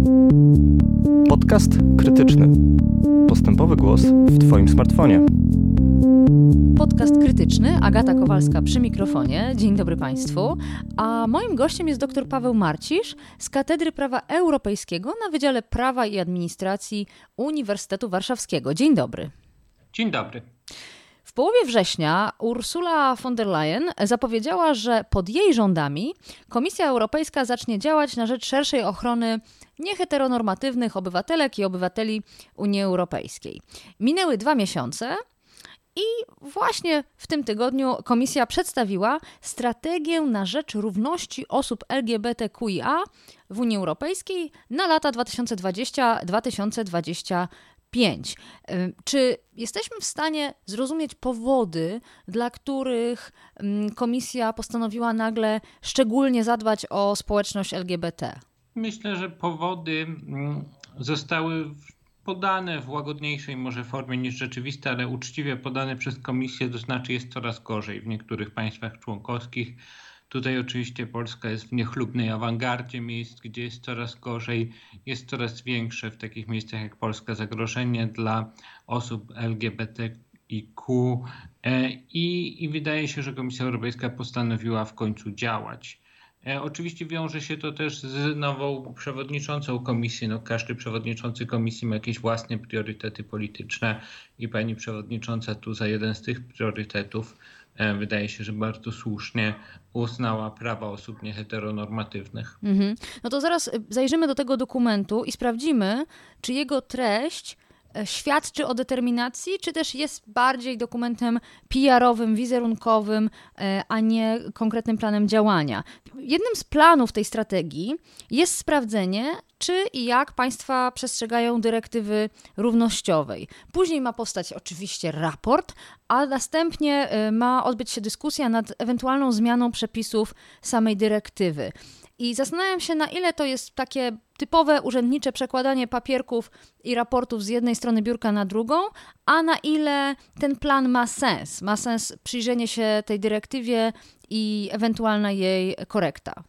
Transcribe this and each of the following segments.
Podcast krytyczny. Postępowy głos w Twoim smartfonie. Podcast krytyczny, Agata Kowalska przy mikrofonie. Dzień dobry Państwu. A moim gościem jest dr Paweł Marcisz z Katedry Prawa Europejskiego na Wydziale Prawa i Administracji Uniwersytetu Warszawskiego. Dzień dobry. Dzień dobry. W połowie września Ursula von der Leyen zapowiedziała, że pod jej rządami Komisja Europejska zacznie działać na rzecz szerszej ochrony nieheteronormatywnych obywatelek i obywateli Unii Europejskiej. Minęły 2 miesiące i właśnie w tym tygodniu Komisja przedstawiła strategię na rzecz równości osób LGBTQIA w Unii Europejskiej na lata 2020-2025. Czy jesteśmy w stanie zrozumieć powody, dla których Komisja postanowiła nagle szczególnie zadbać o społeczność LGBT? Myślę, że powody zostały podane w łagodniejszej może formie niż rzeczywiste, ale uczciwie podane przez Komisję, to znaczy jest coraz gorzej w niektórych państwach członkowskich. Tutaj oczywiście Polska jest w niechlubnej awangardzie miejsc, gdzie jest coraz gorzej, jest coraz większe w takich miejscach jak Polska zagrożenie dla osób LGBTIQ i wydaje się, że Komisja Europejska postanowiła w końcu działać. Oczywiście wiąże się to też z nową przewodniczącą komisji. Każdy przewodniczący komisji ma jakieś własne priorytety polityczne i pani przewodnicząca tu za jeden z tych priorytetów wydaje się, że bardzo słusznie uznała prawa osób nieheteronormatywnych. No to zaraz zajrzymy do tego dokumentu i sprawdzimy, czy jego treść świadczy o determinacji, czy też jest bardziej dokumentem PR-owym, wizerunkowym, a nie konkretnym planem działania. Jednym z planów tej strategii jest sprawdzenie, czy i jak państwa przestrzegają dyrektywy równościowej. Później ma powstać oczywiście raport, a następnie ma odbyć się dyskusja nad ewentualną zmianą przepisów samej dyrektywy. I zastanawiam się, na ile to jest takie typowe urzędnicze przekładanie papierków i raportów z jednej strony biurka na drugą, a na ile ten plan ma sens. Ma sens przyjrzenie się tej dyrektywie i ewentualna jej korekta.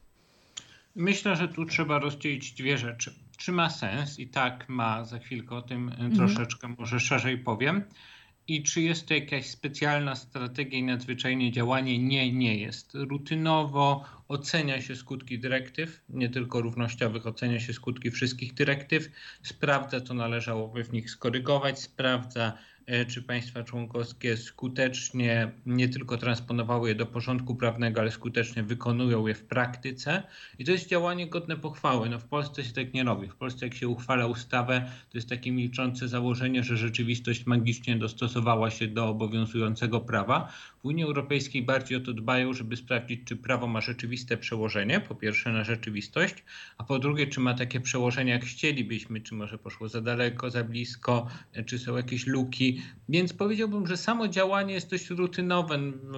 Myślę, że tu trzeba rozdzielić dwie rzeczy. Czy ma sens? I tak ma, za chwilkę o tym troszeczkę może szerzej powiem. I czy jest to jakaś specjalna strategia i nadzwyczajne działanie? Nie jest. Rutynowo ocenia się skutki dyrektyw, nie tylko równościowych, ocenia się skutki wszystkich dyrektyw, sprawdza, co należałoby w nich skorygować, sprawdza, czy państwa członkowskie skutecznie nie tylko transponowały je do porządku prawnego, ale skutecznie wykonują je w praktyce. I to jest działanie godne pochwały. W Polsce się tak nie robi. W Polsce jak się uchwala ustawę, to jest takie milczące założenie, że rzeczywistość magicznie dostosowała się do obowiązującego prawa. W Unii Europejskiej bardziej o to dbają, żeby sprawdzić, czy prawo ma rzeczywiste przełożenie, po pierwsze na rzeczywistość, a po drugie, czy ma takie przełożenie, jak chcielibyśmy, czy może poszło za daleko, za blisko, czy są jakieś luki. Więc powiedziałbym, że samo działanie jest dość rutynowe.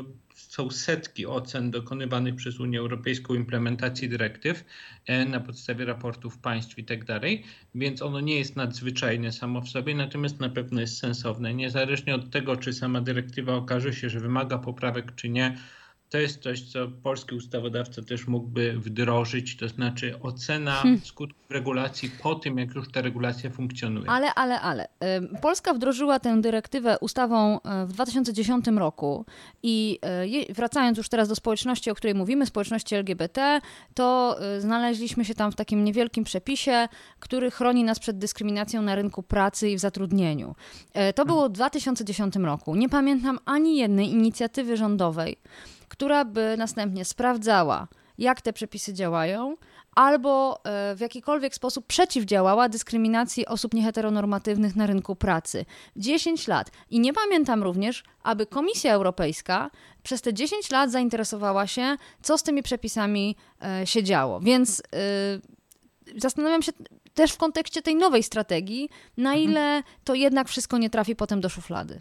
Są setki ocen dokonywanych przez Unię Europejską implementacji dyrektyw na podstawie raportów państw i tak dalej, więc ono nie jest nadzwyczajne samo w sobie, natomiast na pewno jest sensowne. Niezależnie od tego, czy sama dyrektywa okaże się, że wymaga poprawek, czy nie, to jest coś, co polski ustawodawca też mógłby wdrożyć, to znaczy ocena skutków regulacji po tym, jak już ta regulacja funkcjonuje. Ale. Polska wdrożyła tę dyrektywę ustawą w 2010 roku i wracając już teraz do społeczności, o której mówimy, społeczności LGBT, to znaleźliśmy się tam w takim niewielkim przepisie, który chroni nas przed dyskryminacją na rynku pracy i w zatrudnieniu. To było w 2010 roku. Nie pamiętam ani jednej inicjatywy rządowej, która by następnie sprawdzała, jak te przepisy działają, albo w jakikolwiek sposób przeciwdziałała dyskryminacji osób nieheteronormatywnych na rynku pracy. 10 lat. I nie pamiętam również, aby Komisja Europejska przez te 10 lat zainteresowała się, co z tymi przepisami się działo. Więc zastanawiam się też w kontekście tej nowej strategii, na ile to jednak wszystko nie trafi potem do szuflady.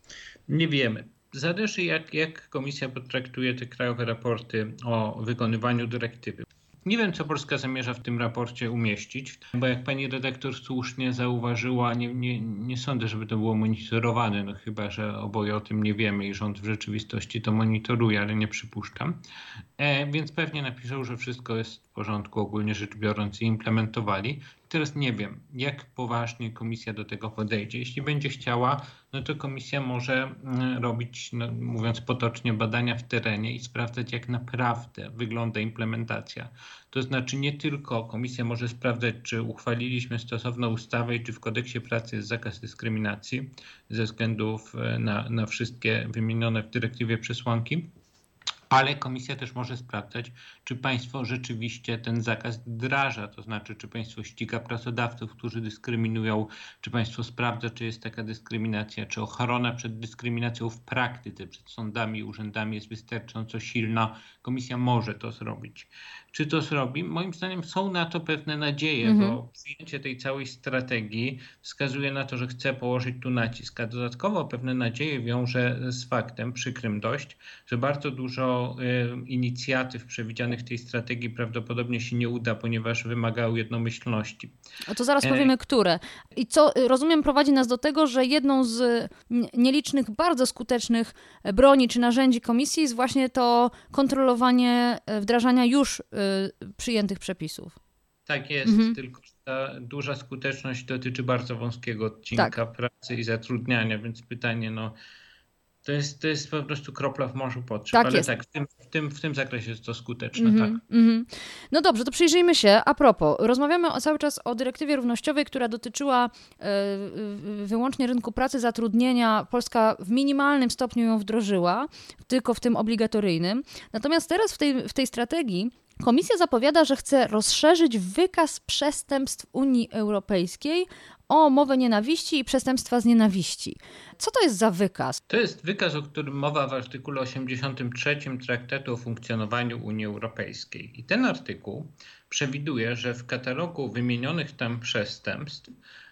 Nie wiemy. Zależy, jak Komisja potraktuje te krajowe raporty o wykonywaniu dyrektywy. Nie wiem, co Polska zamierza w tym raporcie umieścić, bo jak pani redaktor słusznie zauważyła, nie sądzę, żeby to było monitorowane, chyba że oboje o tym nie wiemy i rząd w rzeczywistości to monitoruje, ale nie przypuszczam. Więc pewnie napiszą, że wszystko jest w porządku, ogólnie rzecz biorąc, i implementowali. Teraz nie wiem, jak poważnie komisja do tego podejdzie. Jeśli będzie chciała, no to komisja może robić, no, mówiąc potocznie, badania w terenie i sprawdzać, jak naprawdę wygląda implementacja. To znaczy nie tylko komisja może sprawdzać, czy uchwaliliśmy stosowną ustawę i czy w kodeksie pracy jest zakaz dyskryminacji ze względów na wszystkie wymienione w dyrektywie przesłanki, ale komisja też może sprawdzać, czy państwo rzeczywiście ten zakaz wdraża, to znaczy, czy państwo ściga pracodawców, którzy dyskryminują, czy państwo sprawdza, czy jest taka dyskryminacja, czy ochrona przed dyskryminacją w praktyce, przed sądami i urzędami jest wystarczająco silna. Komisja może to zrobić. Czy to zrobi? Moim zdaniem są na to pewne nadzieje, bo przyjęcie tej całej strategii wskazuje na to, że chce położyć tu nacisk, a dodatkowo pewne nadzieje wiąże z faktem, przykrym dość, że bardzo dużo inicjatyw przewidzianych w tej strategii prawdopodobnie się nie uda, ponieważ wymagają jednomyślności. A to zaraz powiemy, które. I co, rozumiem, prowadzi nas do tego, że jedną z nielicznych, bardzo skutecznych broni czy narzędzi komisji jest właśnie to kontrolowanie wdrażania już przyjętych przepisów. Tak jest, tylko ta duża skuteczność dotyczy bardzo wąskiego odcinka pracy i zatrudniania, więc pytanie, to jest po prostu kropla w morzu potrzeb, tak ale jest. tak, w tym zakresie jest to skuteczne. Tak. No dobrze, to przyjrzyjmy się. A propos, rozmawiamy cały czas o dyrektywie równościowej, która dotyczyła wyłącznie rynku pracy, zatrudnienia. Polska w minimalnym stopniu ją wdrożyła, tylko w tym obligatoryjnym. Natomiast teraz w tej strategii Komisja zapowiada, że chce rozszerzyć wykaz przestępstw Unii Europejskiej o mowę nienawiści i przestępstwa z nienawiści. Co to jest za wykaz? To jest wykaz, o którym mowa w artykule 83 Traktatu o funkcjonowaniu Unii Europejskiej. I ten artykuł przewiduje, że w katalogu wymienionych tam przestępstw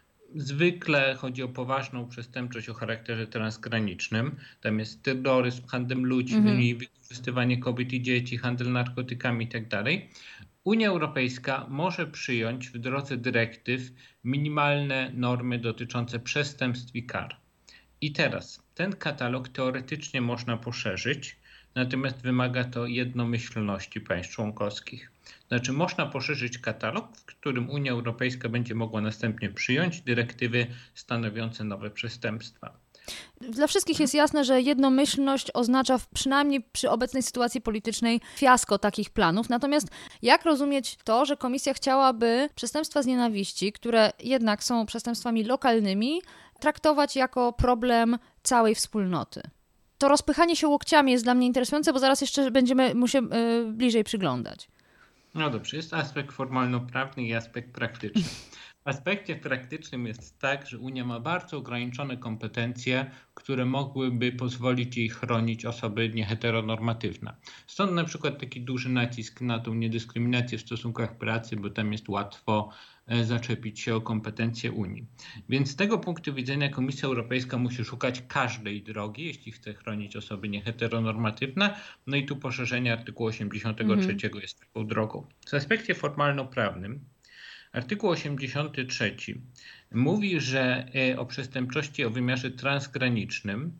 zwykle chodzi o poważną przestępczość o charakterze transgranicznym. Tam jest terroryzm, handel ludźmi, wykorzystywanie kobiet i dzieci, handel narkotykami itd. Unia Europejska może przyjąć w drodze dyrektyw minimalne normy dotyczące przestępstw i kar. I teraz ten katalog teoretycznie można poszerzyć, natomiast wymaga to jednomyślności państw członkowskich. Znaczy można poszerzyć katalog, w którym Unia Europejska będzie mogła następnie przyjąć dyrektywy stanowiące nowe przestępstwa. Dla wszystkich jest jasne, że jednomyślność oznacza przynajmniej przy obecnej sytuacji politycznej fiasko takich planów. Natomiast jak rozumieć to, że Komisja chciałaby przestępstwa z nienawiści, które jednak są przestępstwami lokalnymi, traktować jako problem całej wspólnoty? To rozpychanie się łokciami jest dla mnie interesujące, bo zaraz jeszcze będziemy mu się bliżej przyglądać. No dobrze, jest aspekt formalno-prawny i aspekt praktyczny. W aspekcie praktycznym jest tak, że Unia ma bardzo ograniczone kompetencje, które mogłyby pozwolić jej chronić osoby nieheteronormatywne. Stąd na przykład taki duży nacisk na tą niedyskryminację w stosunkach pracy, bo tam jest łatwo zaczepić się o kompetencje Unii. Więc z tego punktu widzenia Komisja Europejska musi szukać każdej drogi, jeśli chce chronić osoby nieheteronormatywne. No i tu poszerzenie artykułu 83 jest taką drogą. W aspekcie formalno-prawnym artykuł 83 mówi, że o przestępczości o wymiarze transgranicznym,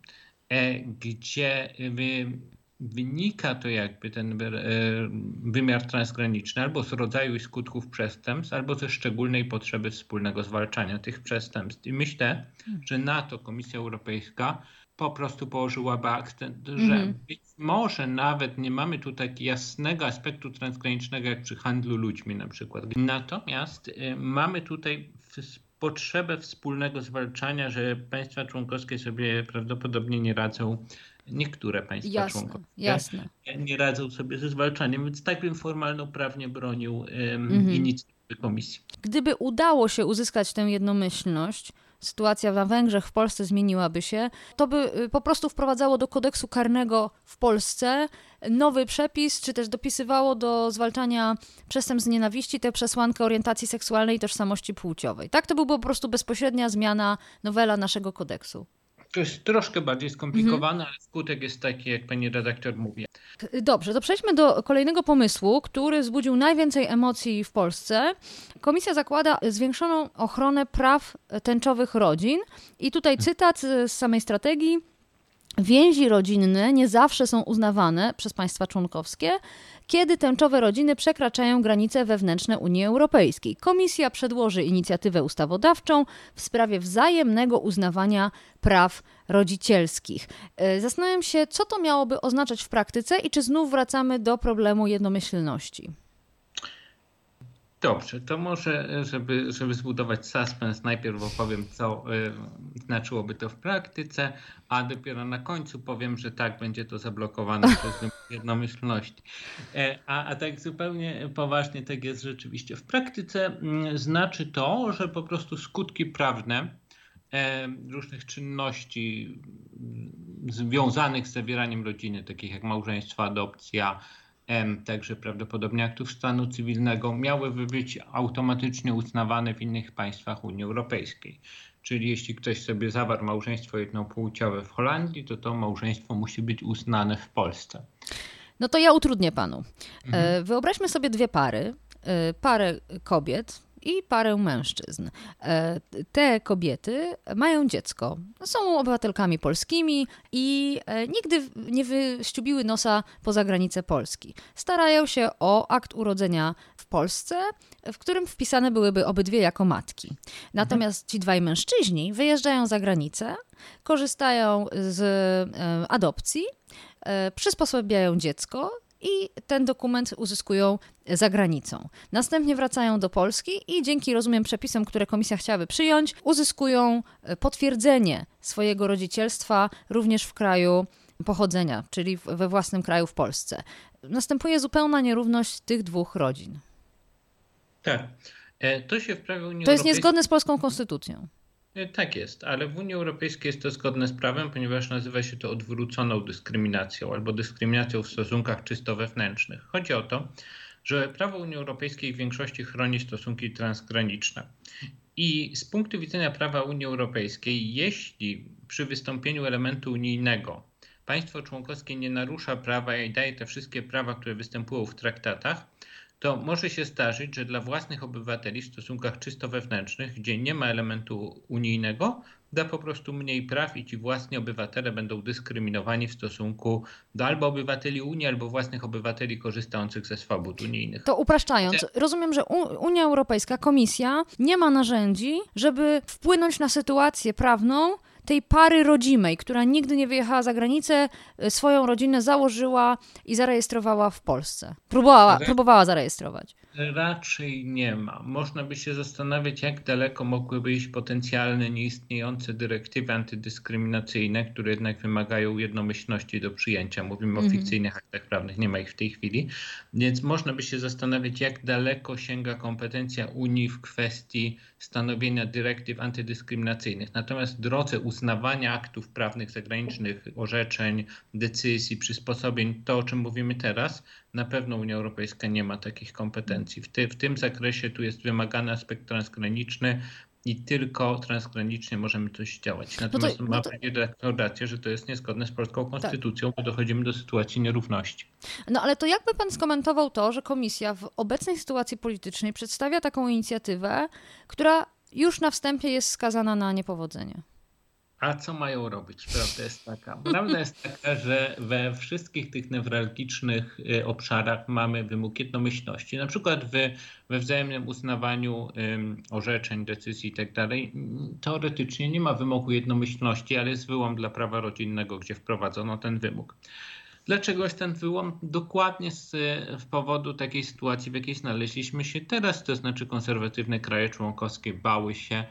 gdzie wynika to jakby ten wymiar transgraniczny albo z rodzaju i skutków przestępstw, albo ze szczególnej potrzeby wspólnego zwalczania tych przestępstw. I myślę, że na to Komisja Europejska po prostu położyłaby akcent, że być może nawet nie mamy tu tak jasnego aspektu transgranicznego jak przy handlu ludźmi na przykład. Natomiast mamy tutaj potrzebę wspólnego zwalczania, że państwa członkowskie sobie prawdopodobnie nie radzą. Niektóre państwa członkowskie nie radzą sobie ze zwalczaniem, więc tak bym formalno-prawnie bronił inicjatywy Komisji. Gdyby udało się uzyskać tę jednomyślność, sytuacja na Węgrzech, w Polsce zmieniłaby się, to by po prostu wprowadzało do kodeksu karnego w Polsce nowy przepis, czy też dopisywało do zwalczania przestępstw z nienawiści tę przesłankę orientacji seksualnej i tożsamości płciowej. Tak, to byłby po prostu bezpośrednia zmiana, nowela naszego kodeksu. To jest troszkę bardziej skomplikowane, ale skutek jest taki, jak pani redaktor mówi. Dobrze, to przejdźmy do kolejnego pomysłu, który wzbudził najwięcej emocji w Polsce. Komisja zakłada zwiększoną ochronę praw tęczowych rodzin. I tutaj cytat z samej strategii. Więzi rodzinne nie zawsze są uznawane przez państwa członkowskie, kiedy tęczowe rodziny przekraczają granice wewnętrzne Unii Europejskiej. Komisja przedłoży inicjatywę ustawodawczą w sprawie wzajemnego uznawania praw rodzicielskich. Zastanawiam się, co to miałoby oznaczać w praktyce i czy znów wracamy do problemu jednomyślności. Dobrze, to może, żeby zbudować suspens, najpierw opowiem, co znaczyłoby to w praktyce, a dopiero na końcu powiem, że tak, będzie to zablokowane przez wymóg jednomyślności. A tak zupełnie poważnie tak jest rzeczywiście. W praktyce znaczy to, że po prostu skutki prawne różnych czynności związanych z zawieraniem rodziny, takich jak małżeństwo, adopcja, także prawdopodobnie aktów stanu cywilnego, miałyby być automatycznie uznawane w innych państwach Unii Europejskiej. Czyli jeśli ktoś sobie zawarł małżeństwo jednopłciowe w Holandii, to małżeństwo musi być uznane w Polsce. No to ja utrudnię panu. Wyobraźmy sobie dwie pary, parę kobiet i parę mężczyzn. Te kobiety mają dziecko, są obywatelkami polskimi i nigdy nie wyściubiły nosa poza granicę Polski. Starają się o akt urodzenia w Polsce, w którym wpisane byłyby obydwie jako matki. Natomiast ci dwaj mężczyźni wyjeżdżają za granicę, korzystają z adopcji, przysposabiają dziecko i ten dokument uzyskują za granicą. Następnie wracają do Polski i dzięki, rozumiem, przepisom, które komisja chciałaby przyjąć, uzyskują potwierdzenie swojego rodzicielstwa również w kraju pochodzenia, czyli we własnym kraju w Polsce. Następuje zupełna nierówność tych dwóch rodzin. Tak. To się w prawie Unii To jest Europejskiej... niezgodne z polską konstytucją. Tak jest, ale w Unii Europejskiej jest to zgodne z prawem, ponieważ nazywa się to odwróconą dyskryminacją albo dyskryminacją w stosunkach czysto wewnętrznych. Chodzi o to, że prawo Unii Europejskiej w większości chroni stosunki transgraniczne. I z punktu widzenia prawa Unii Europejskiej, jeśli przy wystąpieniu elementu unijnego państwo członkowskie nie narusza prawa i daje te wszystkie prawa, które występują w traktatach, to może się zdarzyć, że dla własnych obywateli w stosunkach czysto wewnętrznych, gdzie nie ma elementu unijnego, da po prostu mniej praw i ci własni obywatele będą dyskryminowani w stosunku do albo obywateli Unii, albo własnych obywateli korzystających ze swobód unijnych. To upraszczając, rozumiem, że Unia Europejska, Komisja nie ma narzędzi, żeby wpłynąć na sytuację prawną tej pary rodzimej, która nigdy nie wyjechała za granicę, swoją rodzinę założyła i zarejestrowała w Polsce. Próbowała zarejestrować. Raczej nie ma. Można by się zastanawiać, jak daleko mogłyby iść potencjalne nieistniejące dyrektywy antydyskryminacyjne, które jednak wymagają jednomyślności do przyjęcia. Mówimy o fikcyjnych aktach prawnych, nie ma ich w tej chwili. Więc można by się zastanawiać, jak daleko sięga kompetencja Unii w kwestii stanowienia dyrektyw antydyskryminacyjnych. Natomiast w drodze uznawania aktów prawnych zagranicznych, orzeczeń, decyzji, przysposobień, to o czym mówimy teraz, na pewno Unia Europejska nie ma takich kompetencji. W tym zakresie tu jest wymagany aspekt transgraniczny i tylko transgranicznie możemy coś działać. Natomiast ma rację, że to jest niezgodne z polską konstytucją, bo dochodzimy do sytuacji nierówności. No ale to jakby pan skomentował to, że Komisja w obecnej sytuacji politycznej przedstawia taką inicjatywę, która już na wstępie jest skazana na niepowodzenie? A co mają robić? Prawda jest taka. Prawda jest taka, że we wszystkich tych newralgicznych obszarach mamy wymóg jednomyślności. Na przykład we wzajemnym uznawaniu orzeczeń, decyzji i tak dalej. Teoretycznie nie ma wymogu jednomyślności, ale jest wyłom dla prawa rodzinnego, gdzie wprowadzono ten wymóg. Dlaczego jest ten wyłom? Dokładnie z powodu takiej sytuacji, w jakiej znaleźliśmy się teraz, to znaczy konserwatywne kraje członkowskie bały się,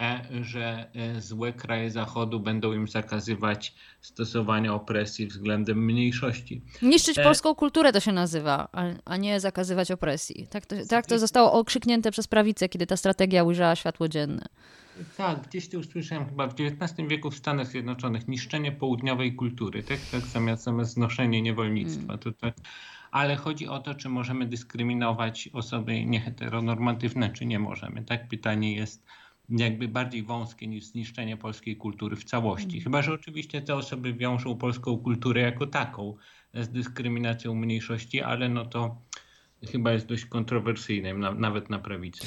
że złe kraje Zachodu będą im zakazywać stosowania opresji względem mniejszości. Niszczyć polską kulturę to się nazywa, a nie zakazywać opresji. Tak to zostało okrzyknięte przez prawicę, kiedy ta strategia ujrzała światło dzienne. Tak, gdzieś to usłyszałem chyba w XIX wieku w Stanach Zjednoczonych, niszczenie południowej kultury, tak zamiast znoszenie niewolnictwa. Ale chodzi o to, czy możemy dyskryminować osoby nieheteronormatywne, czy nie możemy. Tak, pytanie jest jakby bardziej wąskie niż zniszczenie polskiej kultury w całości. Chyba że oczywiście te osoby wiążą polską kulturę jako taką z dyskryminacją mniejszości, ale no to chyba jest dość kontrowersyjne, nawet na prawicy.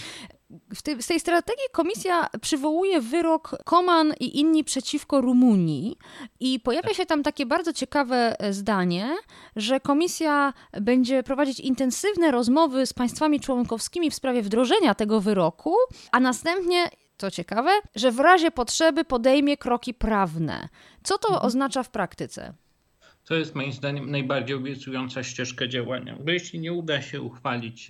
Z tej strategii komisja przywołuje wyrok Koman i inni przeciwko Rumunii i pojawia się tam takie bardzo ciekawe zdanie, że komisja będzie prowadzić intensywne rozmowy z państwami członkowskimi w sprawie wdrożenia tego wyroku, a następnie, co ciekawe, że w razie potrzeby podejmie kroki prawne. Co to oznacza w praktyce? To jest moim zdaniem najbardziej obiecująca ścieżka działania, bo jeśli nie uda się uchwalić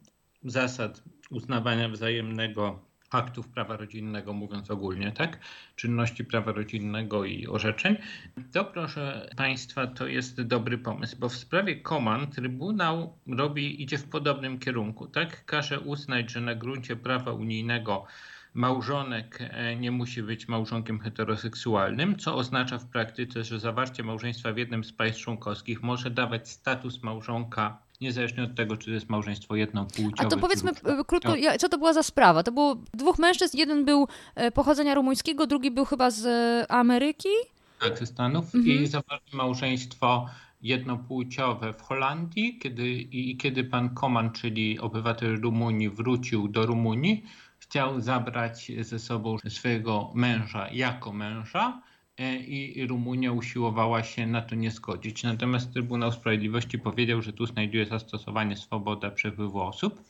zasad uznawania wzajemnego aktów prawa rodzinnego, mówiąc ogólnie, tak, czynności prawa rodzinnego i orzeczeń, to proszę Państwa, to jest dobry pomysł, bo w sprawie Koman Trybunał idzie w podobnym kierunku, tak, każe uznać, że na gruncie prawa unijnego małżonek nie musi być małżonkiem heteroseksualnym, co oznacza w praktyce, że zawarcie małżeństwa w jednym z państw członkowskich może dawać status małżonka niezależnie od tego, czy to jest małżeństwo jednopłciowe. A to powiedzmy krótko, co to była za sprawa? To było dwóch mężczyzn, jeden był pochodzenia rumuńskiego, drugi był chyba z Ameryki? Tak, ze Stanów. I zawarli małżeństwo jednopłciowe w Holandii, kiedy pan Koman, czyli obywatel Rumunii, wrócił do Rumunii, chciał zabrać ze sobą swojego męża jako męża i Rumunia usiłowała się na to nie zgodzić. Natomiast Trybunał Sprawiedliwości powiedział, że tu znajduje zastosowanie swoboda przepływu osób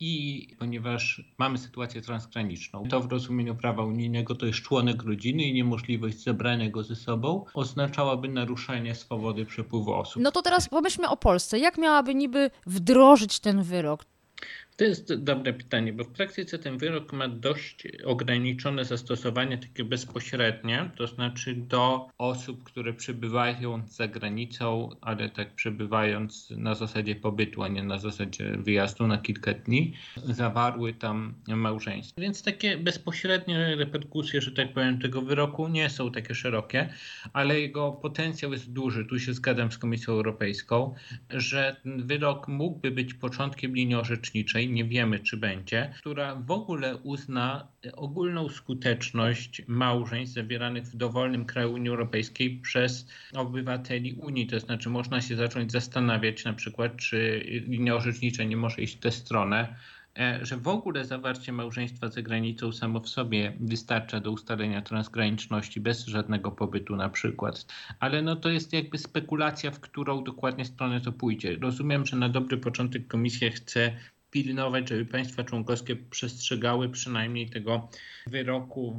i ponieważ mamy sytuację transgraniczną, to w rozumieniu prawa unijnego to jest członek rodziny i niemożliwość zabrania go ze sobą oznaczałaby naruszenie swobody przepływu osób. No to teraz pomyślmy o Polsce. Jak miałaby niby wdrożyć ten wyrok? To jest dobre pytanie, bo w praktyce ten wyrok ma dość ograniczone zastosowanie takie bezpośrednie, to znaczy do osób, które przebywają za granicą, ale tak przebywając na zasadzie pobytu, a nie na zasadzie wyjazdu na kilka dni, zawarły tam małżeństwo. Więc takie bezpośrednie reperkusje, że tak powiem, tego wyroku nie są takie szerokie, ale jego potencjał jest duży. Tu się zgadzam z Komisją Europejską, że ten wyrok mógłby być początkiem linii orzeczniczej, nie wiemy czy będzie, która w ogóle uzna ogólną skuteczność małżeństw zawieranych w dowolnym kraju Unii Europejskiej przez obywateli Unii. To znaczy można się zacząć zastanawiać na przykład, czy linia orzecznicza nie może iść w tę stronę, że w ogóle zawarcie małżeństwa za granicą samo w sobie wystarcza do ustalenia transgraniczności bez żadnego pobytu na przykład. Ale no to jest jakby spekulacja, w którą dokładnie stronę to pójdzie. Rozumiem, że na dobry początek komisja chce pilnować, żeby państwa członkowskie przestrzegały przynajmniej tego wyroku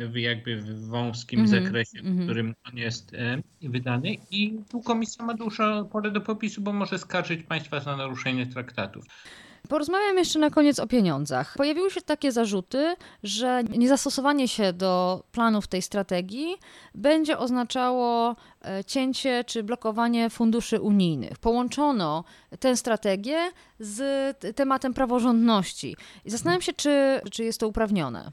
w wąskim zakresie, w którym on jest wydany. I tu komisja ma dużo pole do popisu, bo może skarżyć państwa za naruszenie traktatów. Porozmawiam jeszcze na koniec o pieniądzach. Pojawiły się takie zarzuty, że niezastosowanie się do planów tej strategii będzie oznaczało cięcie czy blokowanie funduszy unijnych. Połączono tę strategię z tematem praworządności. I zastanawiam się, czy jest to uprawnione.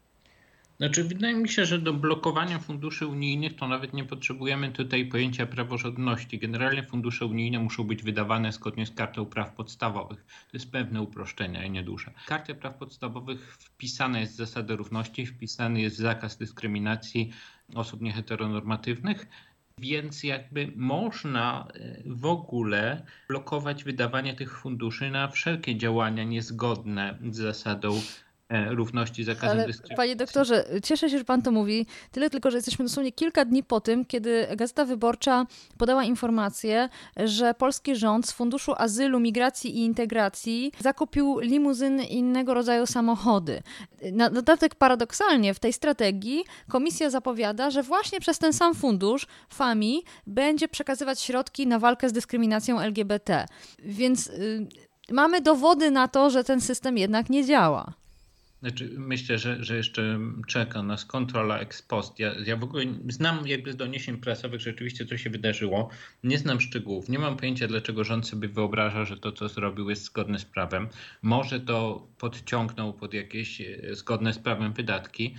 Znaczy, wydaje mi się, że do blokowania funduszy unijnych to nawet nie potrzebujemy tutaj pojęcia praworządności. Generalnie fundusze unijne muszą być wydawane zgodnie z Kartą Praw Podstawowych. To jest pewne uproszczenie, a nie duże. W Karcie Praw Podstawowych wpisana jest zasada równości, wpisany jest zakaz dyskryminacji osób nieheteronormatywnych. Więc jakby można w ogóle blokować wydawanie tych funduszy na wszelkie działania niezgodne z zasadą równości, zakazem dyskryminacji. Panie doktorze, cieszę się, że pan to mówi. Tyle tylko, że jesteśmy dosłownie kilka dni po tym, kiedy Gazeta Wyborcza podała informację, że polski rząd z Funduszu Azylu, Migracji i Integracji zakupił limuzyny i innego rodzaju samochody. Na dodatek paradoksalnie w tej strategii komisja zapowiada, że właśnie przez ten sam fundusz FAMI będzie przekazywać środki na walkę z dyskryminacją LGBT. Więc mamy dowody na to, że ten system jednak nie działa. Znaczy, myślę, że jeszcze czeka nas kontrola ex post. Ja w ogóle znam jakby z doniesień prasowych rzeczywiście, co się wydarzyło. Nie znam szczegółów. Nie mam pojęcia, dlaczego rząd sobie wyobraża, że to, co zrobił, jest zgodne z prawem. Może to podciągnął pod jakieś zgodne z prawem wydatki.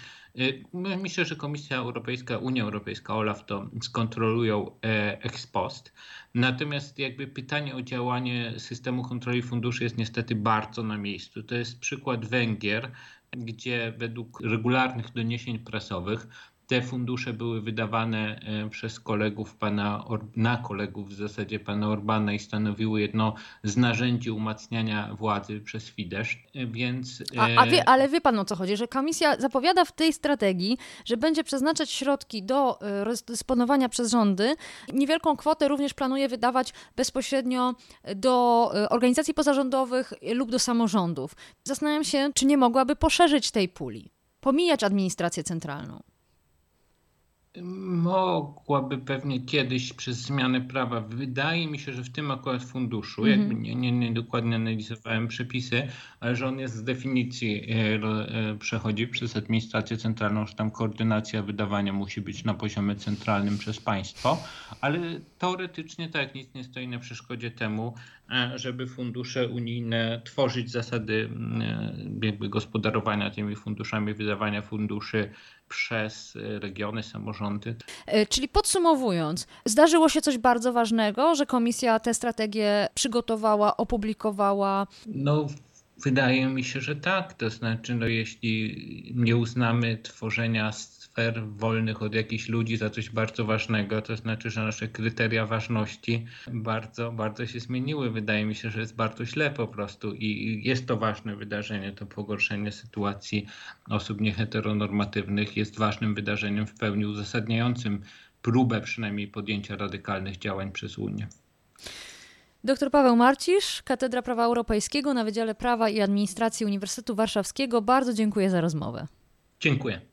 Myślę, że Komisja Europejska, Unia Europejska, OLAF to skontrolują ex post. Natomiast jakby pytanie o działanie systemu kontroli funduszy jest niestety bardzo na miejscu. To jest przykład Węgier, gdzie według regularnych doniesień prasowych te fundusze były wydawane przez kolegów na kolegów w zasadzie pana Orbana i stanowiły jedno z narzędzi umacniania władzy przez Fidesz, więc... Ale wie pan, o co chodzi, że komisja zapowiada w tej strategii, że będzie przeznaczać środki do rozdysponowania przez rządy. Niewielką kwotę również planuje wydawać bezpośrednio do organizacji pozarządowych lub do samorządów. Zastanawiam się, czy nie mogłaby poszerzyć tej puli, pomijać administrację centralną. Mogłaby pewnie kiedyś przez zmianę prawa. Wydaje mi się, że w tym akurat funduszu, jakby nie dokładnie analizowałem przepisy, ale że on jest z definicji przechodzi przez administrację centralną, że tam koordynacja wydawania musi być na poziomie centralnym przez państwo, ale teoretycznie tak, nic nie stoi na przeszkodzie temu, żeby fundusze unijne tworzyć zasady jakby gospodarowania tymi funduszami, wydawania funduszy przez regiony, samorządy. Czyli podsumowując, zdarzyło się coś bardzo ważnego, że komisja tę strategię przygotowała, opublikowała? No, wydaje mi się, że tak. To znaczy, jeśli nie uznamy tworzenia sfer wolnych od jakichś ludzi za coś bardzo ważnego, to znaczy, że nasze kryteria ważności bardzo, bardzo się zmieniły. Wydaje mi się, że jest bardzo źle po prostu i jest to ważne wydarzenie. To pogorszenie sytuacji osób nieheteronormatywnych jest ważnym wydarzeniem w pełni uzasadniającym próbę przynajmniej podjęcia radykalnych działań przez Unię. Dr Paweł Marcisz, Katedra Prawa Europejskiego na Wydziale Prawa i Administracji Uniwersytetu Warszawskiego. Bardzo dziękuję za rozmowę. Dziękuję.